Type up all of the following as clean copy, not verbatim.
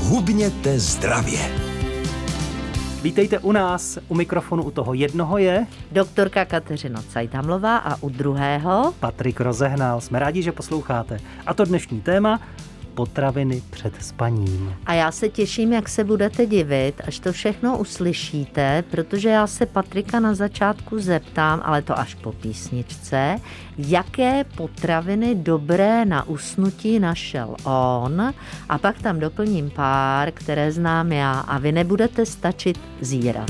Hubněte zdravě. Vítejte u nás, u mikrofonu u toho jednoho je doktorka Kateřina Cajtamlová a u druhého Patrik Rozehnal. Jsme rádi, že posloucháte. A to dnešní téma potraviny před spaním. A já se těším, jak se budete divit, až to všechno uslyšíte, protože já se Patrika na začátku zeptám, ale to až po písničce, jaké potraviny dobré na usnutí našel on, a pak tam doplním pár, které znám já, a vy nebudete stačit zírat.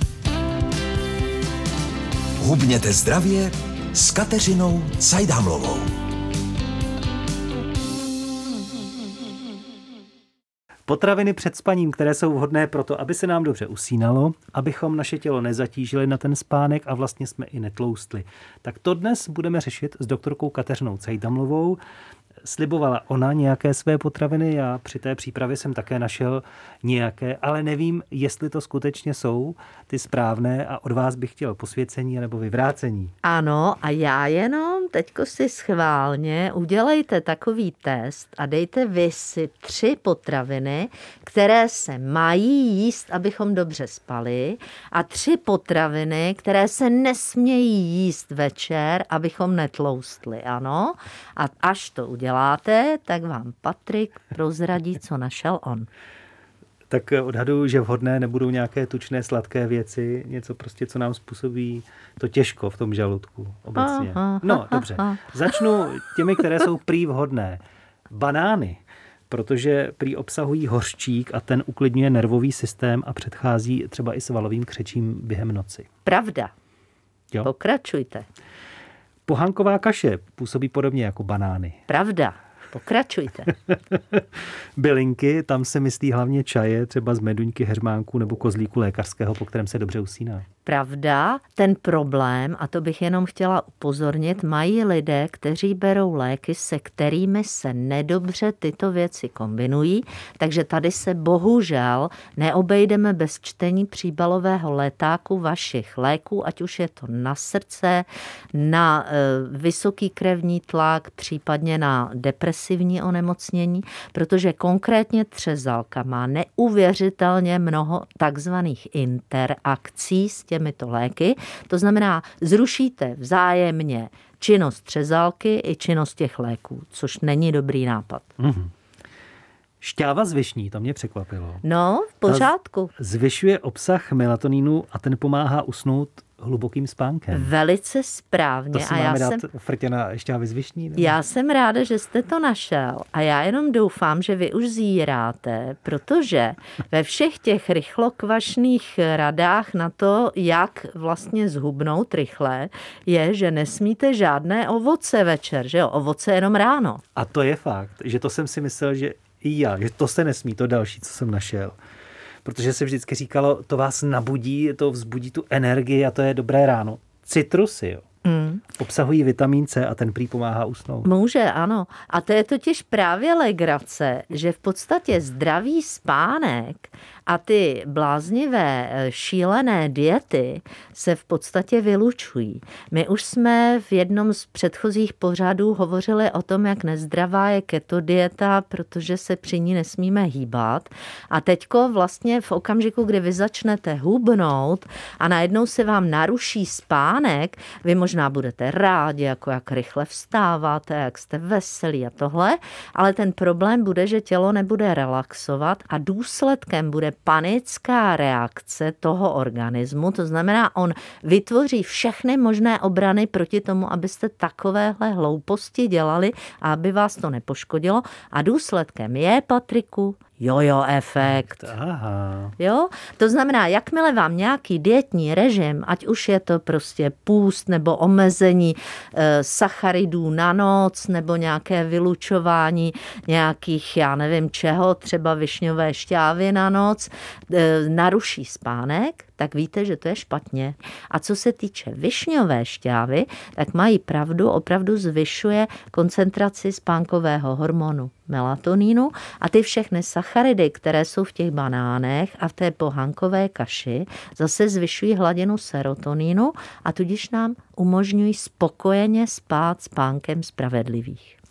Hubněte zdravě s Kateřinou Cajtamlovou. Potraviny před spaním, které jsou vhodné pro to, aby se nám dobře usínalo, abychom naše tělo nezatížili na ten spánek a vlastně jsme i netloustli. Tak to dnes budeme řešit s doktorkou Kateřinou Cajtamlovou. Slibovala ona nějaké své potraviny, já při té přípravě jsem také našel nějaké, ale nevím, jestli to skutečně jsou ty správné a od vás bych chtěl posvěcení nebo vyvrácení. Ano, a já jenom teďko si schválně udělejte takový test a dejte vy si 3 potraviny, které se mají jíst, abychom dobře spali, a 3 potraviny, které se nesmějí jíst večer, abychom netloustli, ano? A až to uděláte, tak vám Patrik prozradí, co našel on. Tak odhaduju, že vhodné nebudou nějaké tučné, sladké věci, něco prostě, co nám způsobí to těžko v tom žaludku obecně. No, dobře. Začnu těmi, které jsou prý vhodné. Banány, protože prý obsahují hořčík a ten uklidňuje nervový systém a předchází třeba i svalovým křečím během noci. Pravda. Jo? Pokračujte. Pohanková kaše působí podobně jako banány. Pravda. Pokračujte. Bylinky, tam se myslí hlavně čaje, třeba z meduňky, heřmánku nebo kozlíku lékařského, po kterém se dobře usíná. Pravda, ten problém, a to bych jenom chtěla upozornit, mají lidé, kteří berou léky, se kterými se nedobře tyto věci kombinují, takže tady se bohužel neobejdeme bez čtení příbalového letáku vašich léků, ať už je to na srdce, na vysoký krevní tlak, případně na depresivní onemocnění, protože konkrétně třezalka má neuvěřitelně mnoho takzvaných interakcí s těmito léky. To znamená, zrušíte vzájemně činnost třezalky i činnost těch léků, což není dobrý nápad. Mm-hmm. Šťáva z višní, to mě překvapilo. No, v pořádku. Zvyšuje obsah melatonínu a ten pomáhá usnout hlubokým spánkem. Velice správně. To si máme dát frtě na šťávy z višní? Ne? Já jsem ráda, že jste to našel a já jenom doufám, že vy už zíráte, protože ve všech těch rychlokvašných radách na to, jak vlastně zhubnout rychle, je, že nesmíte žádné ovoce večer, že jo? Ovoce jenom ráno. A to je fakt, že to jsem si myslel, že i já, že to se nesmí, to další, co jsem našel. Protože se vždycky říkalo, to vás nabudí, to vzbudí tu energii a to je dobré ráno. Citrusy, jo. Obsahují vitamin C a ten prý pomáhá usnout. Může, ano. A to je totiž právě legrace, že v podstatě zdravý spánek a ty bláznivé, šílené diety se v podstatě vylučují. My už jsme v jednom z předchozích pořadů hovořili o tom, jak nezdravá je keto dieta, protože se při ní nesmíme hýbat. A teďko vlastně v okamžiku, kdy vy začnete hubnout a najednou se vám naruší spánek, vy možná budete rádi, jako jak rychle vstáváte, jak jste veselí a tohle, ale ten problém bude, že tělo nebude relaxovat a důsledkem bude panická reakce toho organismu, to znamená, on vytvoří všechny možné obrany proti tomu, abyste takovéhle hlouposti dělali a aby vás to nepoškodilo, a důsledkem je, Patriku, jojo efekt. Aha. Jo? To znamená, jakmile vám nějaký dietní režim, ať už je to prostě půst nebo omezení sacharidů na noc nebo nějaké vylučování nějakých, já nevím čeho, třeba višňové šťávy na noc, naruší spánek, tak víte, že to je špatně. A co se týče višňové šťávy, tak mají pravdu, opravdu zvyšuje koncentraci spánkového hormonu melatonínu a ty všechny sacharidy, které jsou v těch banánech a v té pohankové kaši, zase zvyšují hladinu serotoninu a tudíž nám umožňují spokojeně spát spánkem spravedlivých.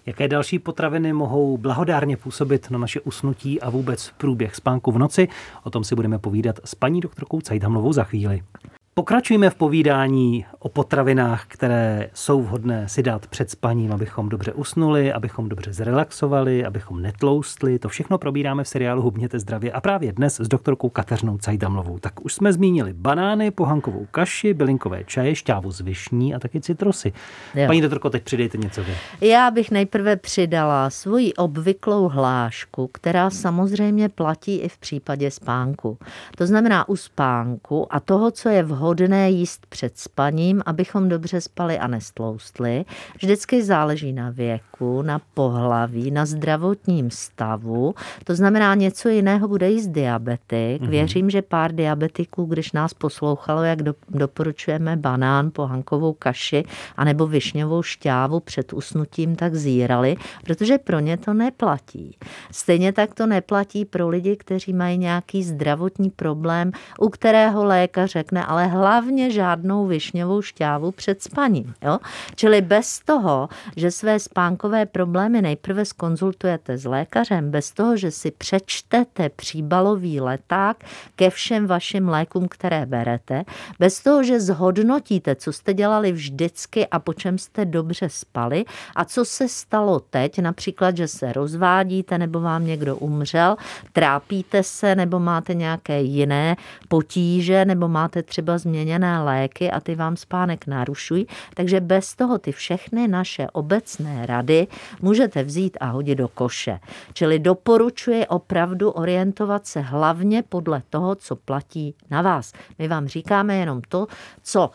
Jaké další potraviny mohou blahodárně působit na naše usnutí a vůbec průběh spánku v noci? O tom si budeme povídat s paní doktorkou Cajdhamlovou za chvíli. Pokračujeme v povídání o potravinách, které jsou vhodné si dát před spaním, abychom dobře usnuli, abychom dobře zrelaxovali, abychom netloustli. To všechno probíráme v seriálu Hubněte zdravě a právě dnes s doktorkou Kateřinou Cajdhamlovou. Tak už jsme zmínili banány, pohankovou kaši, bylinkové čaje, šťávu z višní a taky citrusy. Jo. Paní doktorko, teď přidejte něco vy. Já bych nejprve přidala svoji obvyklou hlášku, která samozřejmě platí i v případě spánku. To znamená u spánku a toho, co je vhodné jíst před spaním, abychom dobře spali a nestloustli. Vždycky záleží na věku, na pohlaví, na zdravotním stavu. To znamená, něco jiného bude jíst diabetik. Věřím, že pár diabetiků, když nás poslouchalo, jak doporučujeme banán, pohankovou kaši anebo višňovou šťávu před usnutím, tak zírali, protože pro ně to neplatí. Stejně tak to neplatí pro lidi, kteří mají nějaký zdravotní problém, u kterého lékař řekne, ale hlavně žádnou višňovou šťávu před spaním. Jo? Čili bez toho, že své spánkové problémy nejprve zkonzultujete s lékařem, bez toho, že si přečtete příbalový leták ke všem vašim lékům, které berete, bez toho, že zhodnotíte, co jste dělali vždycky a po čem jste dobře spali a co se stalo teď, například, že se rozvádíte nebo vám někdo umřel, trápíte se nebo máte nějaké jiné potíže nebo máte třeba změněné léky a ty vám spánek narušují, takže bez toho ty všechny naše obecné rady můžete vzít a hodit do koše. Čili doporučuji opravdu orientovat se hlavně podle toho, co platí na vás. My vám říkáme jenom to, co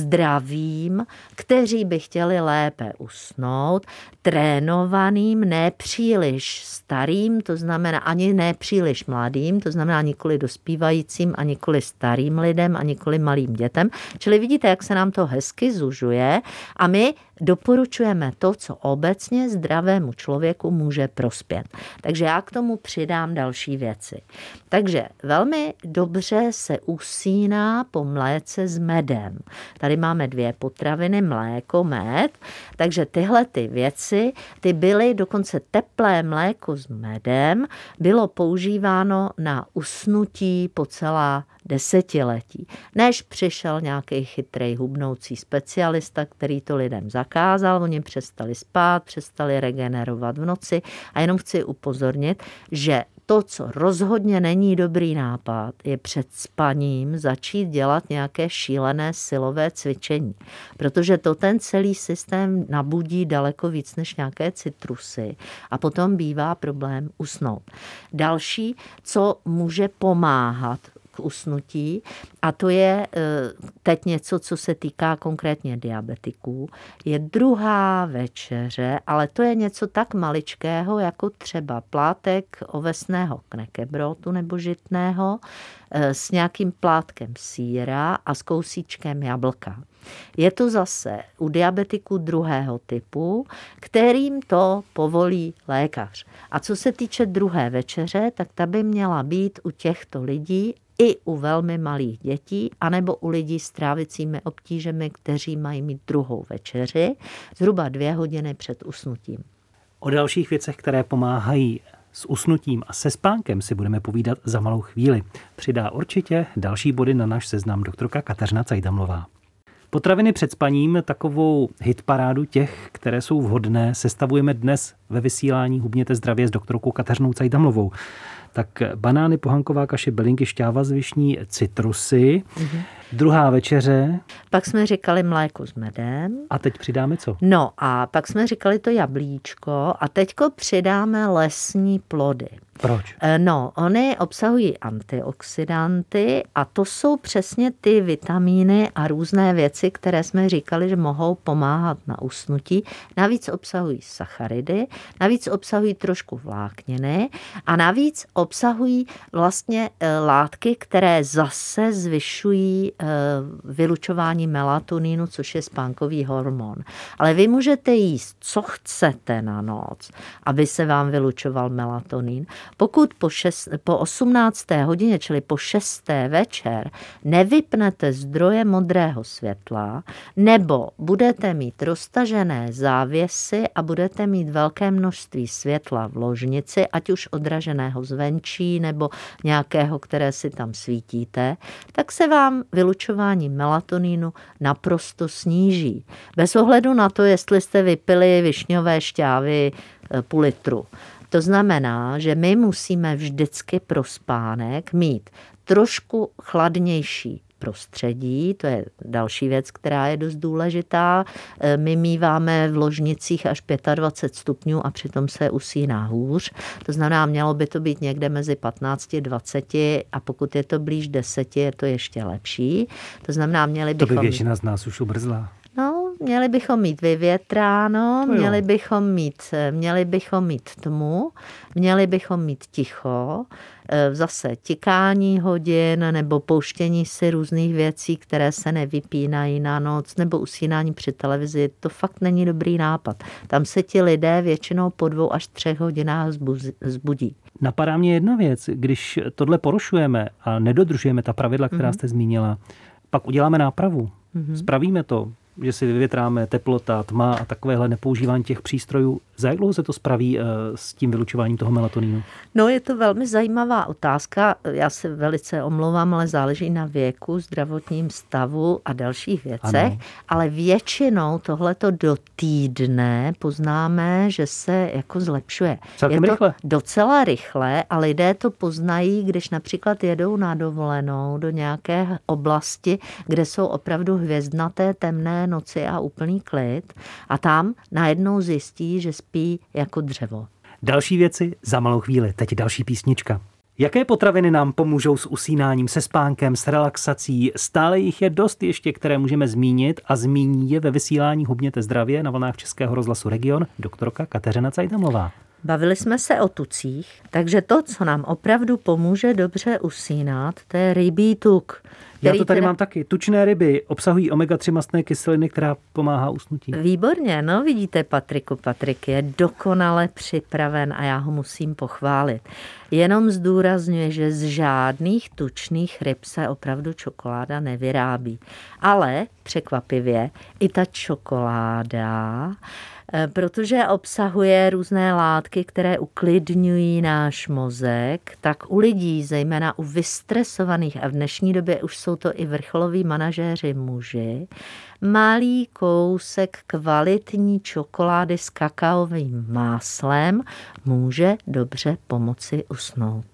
zdravým, kteří by chtěli lépe usnout, trénovaným, nepříliš starým, to znamená ani nepříliš mladým, to znamená nikoli dospívajícím a nikoli starým lidem a nikoli malým dětem. Čili vidíte, jak se nám to hezky zužuje a my doporučujeme to, co obecně zdravému člověku může prospět. Takže já k tomu přidám další věci. Takže velmi dobře se usíná po mléce s medem. Tady máme dvě potraviny, mléko, med, takže tyhle ty věci, ty byly dokonce teplé mléko s medem, bylo používáno na usnutí po celá desetiletí. Než přišel nějaký chytrej hubnoucí specialista, který to lidem zakázal, oni přestali spát, přestali regenerovat v noci a jenom chci upozornit, že to, co rozhodně není dobrý nápad, je před spaním začít dělat nějaké šílené silové cvičení. Protože to ten celý systém nabudí daleko víc než nějaké citrusy a potom bývá problém usnout. Další, co může pomáhat k usnutí, a to je teď něco, co se týká konkrétně diabetiků, je druhá večeře, ale to je něco tak maličkého, jako třeba plátek ovesného knekebrotu nebo žitného s nějakým plátkem sýra a s kousíčkem jablka. Je to zase u diabetiků druhého typu, kterým to povolí lékař. A co se týče druhé večeře, tak ta by měla být u těchto lidí i u velmi malých dětí, anebo u lidí s trávicími obtížemi, kteří mají mít druhou večeři, zhruba 2 hodiny před usnutím. O dalších věcech, které pomáhají s usnutím a se spánkem, si budeme povídat za malou chvíli. Přidá určitě další body na náš seznam doktorka Kateřina Cajdhamlová. Potraviny před spaním, takovou hitparádu těch, které jsou vhodné, sestavujeme dnes ve vysílání Hubněte zdravě s doktorkou Kateřinou Cajdhamlovou. Tak banány, pohanková kaše, bylinky, šťáva z višní, citrusy. Druhá večeře. Pak jsme říkali mléko s medem. A teď přidáme co? No a pak jsme říkali to jablíčko a teďko přidáme lesní plody. Proč? No, oni obsahují antioxidanty a to jsou přesně ty vitamíny a různé věci, které jsme říkali, že mohou pomáhat na usnutí. Navíc obsahují sacharidy, navíc obsahují trošku vlákniny a navíc obsahují vlastně látky, které zase zvyšují vylučování melatonínu, což je spánkový hormon. Ale vy můžete jíst, co chcete na noc, aby se vám vylučoval melatonín. Pokud po 18. hodině, čili po 6. večer, nevypnete zdroje modrého světla, nebo budete mít roztažené závěsy a budete mít velké množství světla v ložnici, ať už odraženého zvenčí nebo nějakého, které si tam svítíte, tak se vám vylučování melatonínu naprosto sníží. Bez ohledu na to, jestli jste vypili višňové šťávy půl litru. To znamená, že my musíme vždycky pro spánek mít trošku chladnější prostředí, to je další věc, která je dost důležitá. My míváme v ložnicích až 25 stupňů a přitom se usíná hůř. To znamená, mělo by to být někde mezi 15 a 20 a pokud je to blíž 10, je to ještě lepší. To znamená, měli bychom... To by většina z nás už ubrzla. No, měli bychom mít vyvětráno, měli bychom mít tmu, měli bychom mít ticho, zase tikání hodin nebo pouštění si různých věcí, které se nevypínají na noc, nebo usínání při televizi, to fakt není dobrý nápad. Tam se ti lidé většinou po 2 až 3 hodinách zbudí. Napadá mě jedna věc, když tohle porušujeme a nedodržujeme ta pravidla, která jste zmínila, pak uděláme nápravu. Spravíme to, že si vyvětráme teplota, tma a takovéhle nepoužívání těch přístrojů. Za jak dlouho se to spraví s tím vylučováním toho melatonínu? No, je to velmi zajímavá otázka. Já se velice omlouvám, ale záleží na věku, zdravotním stavu a dalších věcech. Ano. Ale většinou tohleto do týdne poznáme, že se jako zlepšuje. Celkem je to rychle. Docela rychle a lidé to poznají, když například jedou na dovolenou do nějaké oblasti, kde jsou opravdu hvězdnaté temné noci a úplný klid a tam najednou zjistí, že spí jako dřevo. Další věci za malou chvíli. Teď další písnička. Jaké potraviny nám pomůžou s usínáním, se spánkem, s relaxací? Stále jich je dost ještě, které můžeme zmínit a zmíní je ve vysílání Hubněte zdravě na vlnách Českého rozhlasu Region doktorka Kateřina Cajdamlová. Bavili jsme se o tucích, takže to, co nám opravdu pomůže dobře usínat, to je rybí tuk. Já to tady mám taky. Tučné ryby obsahují omega-3 mastné kyseliny, která pomáhá usnutí. Výborně, no vidíte Patriku, Patrik je dokonale připraven a já ho musím pochválit. Jenom zdůrazňuje, že z žádných tučných ryb se opravdu čokoláda nevyrábí. Ale překvapivě i ta čokoláda, protože obsahuje různé látky, které uklidňují náš mozek, tak u lidí, zejména u vystresovaných, a v dnešní době už jsou to i vrcholoví manažéři muži, malý kousek kvalitní čokolády s kakaovým máslem může dobře pomoci usnout.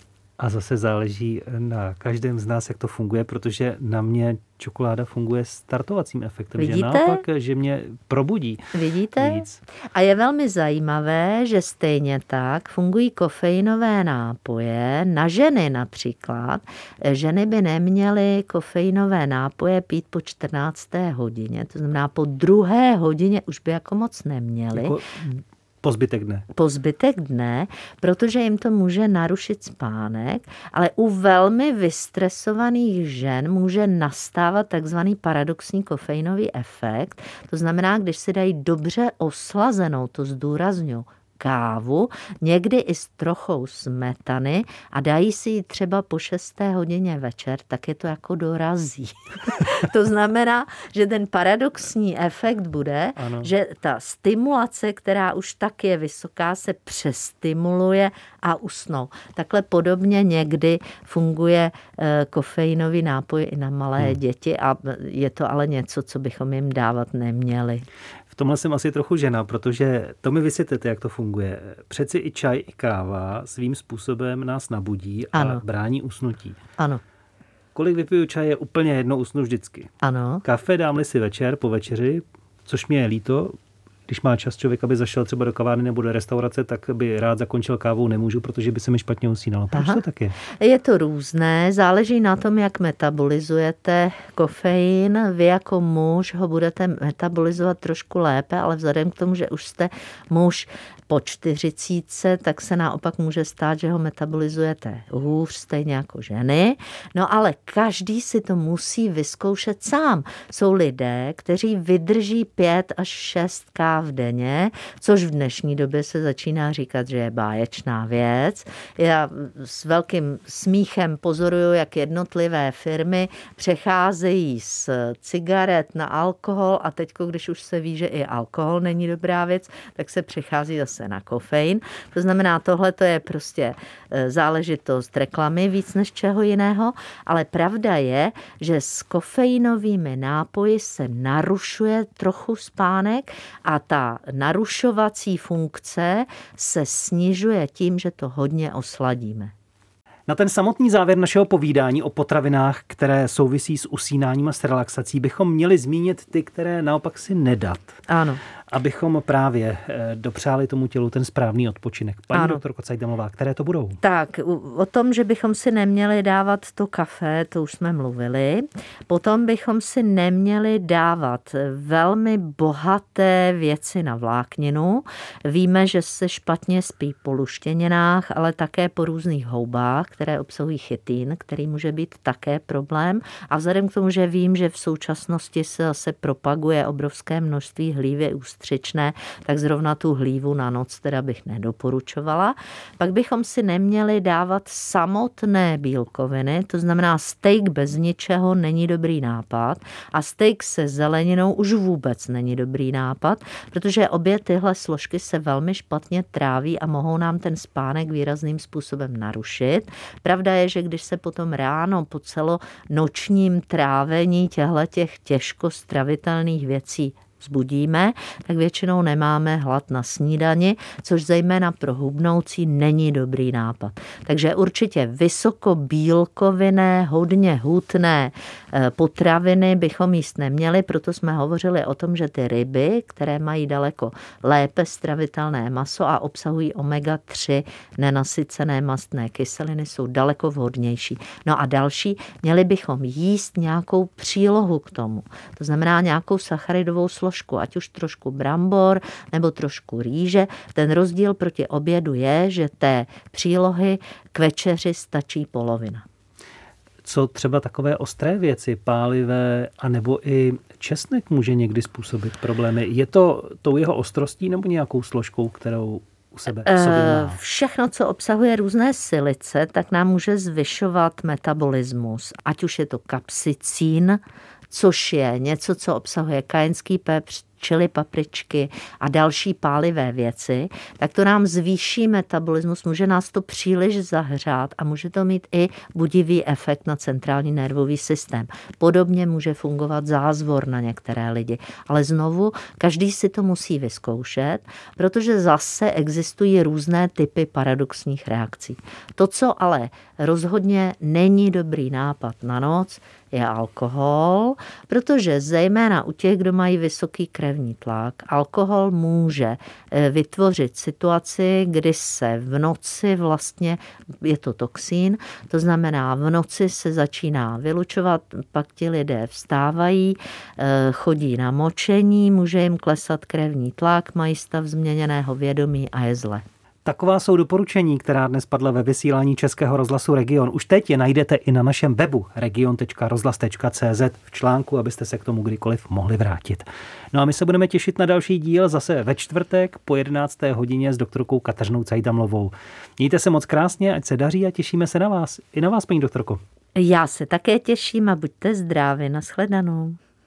A zase záleží na každém z nás, jak to funguje, protože na mě čokoláda funguje startovacím efektem. Vidíte? Že naopak, že mě probudí. Vidíte? Víc. A je velmi zajímavé, že stejně tak fungují kofeinové nápoje. Na ženy například. Ženy by neměly kofeinové nápoje pít po 14. hodině. To znamená, po 2. hodině už by jako moc neměly. Jako po zbytek dne. Po zbytek dne, protože jim to může narušit spánek, ale u velmi vystresovaných žen může nastávat takzvaný paradoxní kofeinový efekt. To znamená, když si dají dobře oslazenou, to zdůrazňuji, kávu, někdy i s trochou smetany a dají si ji třeba po 6. hodině večer, tak je to jako dorazí. To znamená, že ten paradoxní efekt bude, ano, že ta stimulace, která už tak je vysoká, se přestimuluje a usnou. Takhle podobně někdy funguje kofeinový nápoj i na malé děti a je to ale něco, co bychom jim dávat neměli. V tomhle jsem asi trochu žena, protože to mi vysvětlíte, jak to funguje. Přeci i čaj, i káva svým způsobem nás nabudí a ano, brání usnutí. Ano. Kolik vypiju čaje je úplně jedno, usnu vždycky. Ano. Kafe dám-li si večer po večeři, což mě je líto, když má čas člověk, aby zašel třeba do kavárny nebo do restaurace, tak by rád zakončil kávou, nemůžu, protože by se mi špatně usínalo. Proč to tak je? Je to různé, záleží na tom, jak metabolizujete kofein. Vy jako muž ho budete metabolizovat trošku lépe, ale vzhledem k tomu, že už jste muž po 40, tak se naopak může stát, že ho metabolizujete hůř, stejně jako ženy. No ale každý si to musí vyzkoušet sám. Jsou lidé, kteří vydrží 5 až 6 káv denně, což v dnešní době se začíná říkat, že je báječná věc. Já s velkým smíchem pozoruju, jak jednotlivé firmy přecházejí z cigaret na alkohol a teďko, když už se ví, že i alkohol není dobrá věc, tak se přechází zase na kofein. To znamená, tohle to je prostě záležitost reklamy víc než čeho jiného, ale pravda je, že s kofeinovými nápoji se narušuje trochu spánek a ta narušovací funkce se snižuje tím, že to hodně osladíme. Na ten samotný závěr našeho povídání o potravinách, které souvisí s usínáním a s relaxací, bychom měli zmínit ty, které naopak si nedat. Ano. Abychom právě dopřáli tomu tělu ten správný odpočinek. Paní doktorko Cajdamová, které to budou? Tak, o tom, že bychom si neměli dávat to kafe, to už jsme mluvili. Potom bychom si neměli dávat velmi bohaté věci na vlákninu. Víme, že se špatně spí po luštěninách, ale také po různých houbách, které obsahují chytin, který může být také problém. A vzhledem k tomu, že vím, že v současnosti se zase propaguje obrovské množství hlívy ústřičné, tak zrovna tu hlívu na noc teda bych nedoporučovala. Pak bychom si neměli dávat samotné bílkoviny, to znamená steak bez ničeho není dobrý nápad a steak se zeleninou už vůbec není dobrý nápad, protože obě tyhle složky se velmi špatně tráví a mohou nám ten spánek výrazným způsobem narušit. Pravda je, že když se potom ráno po celonočním trávení těch těžko stravitelných věcí vzbudíme, tak většinou nemáme hlad na snídani, což zejména pro hubnoucí není dobrý nápad. Takže určitě vysokobílkovinné, hodně hutné potraviny bychom jíst neměli, proto jsme hovořili o tom, že ty ryby, které mají daleko lépe stravitelné maso a obsahují omega-3 nenasycené mastné kyseliny, jsou daleko vhodnější. No a další, měli bychom jíst nějakou přílohu k tomu. To znamená nějakou sacharidovou složku, ať už trošku brambor nebo trošku rýže. Ten rozdíl proti obědu je, že té přílohy k večeři stačí polovina. Co třeba takové ostré věci, pálivé, anebo i česnek může někdy způsobit problémy? Je to tou jeho ostrostí nebo nějakou složkou, kterou u sebe má? Všechno, co obsahuje různé silice, tak nám může zvyšovat metabolismus. Ať už je to kapsicín, což je něco, co obsahuje kajenský pepř, čili papričky a další pálivé věci, tak to nám zvýší metabolismus, může nás to příliš zahřát a může to mít i budivý efekt na centrální nervový systém. Podobně může fungovat zázvor na některé lidi. Ale znovu, každý si to musí vyzkoušet, protože zase existují různé typy paradoxních reakcí. To, co ale rozhodně není dobrý nápad na noc, je alkohol, protože zejména u těch, kdo mají vysoký krevní tlak, alkohol může vytvořit situaci, kdy se v noci vlastně, je to toxín, to znamená v noci se začíná vylučovat, pak ti lidé vstávají, chodí na močení, může jim klesat krevní tlak, mají stav změněného vědomí a je zle. Taková jsou doporučení, která dnes padla ve vysílání Českého rozhlasu Region. Už teď je najdete i na našem webu region.rozhlas.cz v článku, abyste se k tomu kdykoliv mohli vrátit. No a my se budeme těšit na další díl zase ve čtvrtek po 11. hodině s doktorkou Kateřinou Cajdamlovou. Mějte se moc krásně, ať se daří a těšíme se na vás. I na vás, paní doktorko. Já se také těším a buďte zdraví. Nashledanou.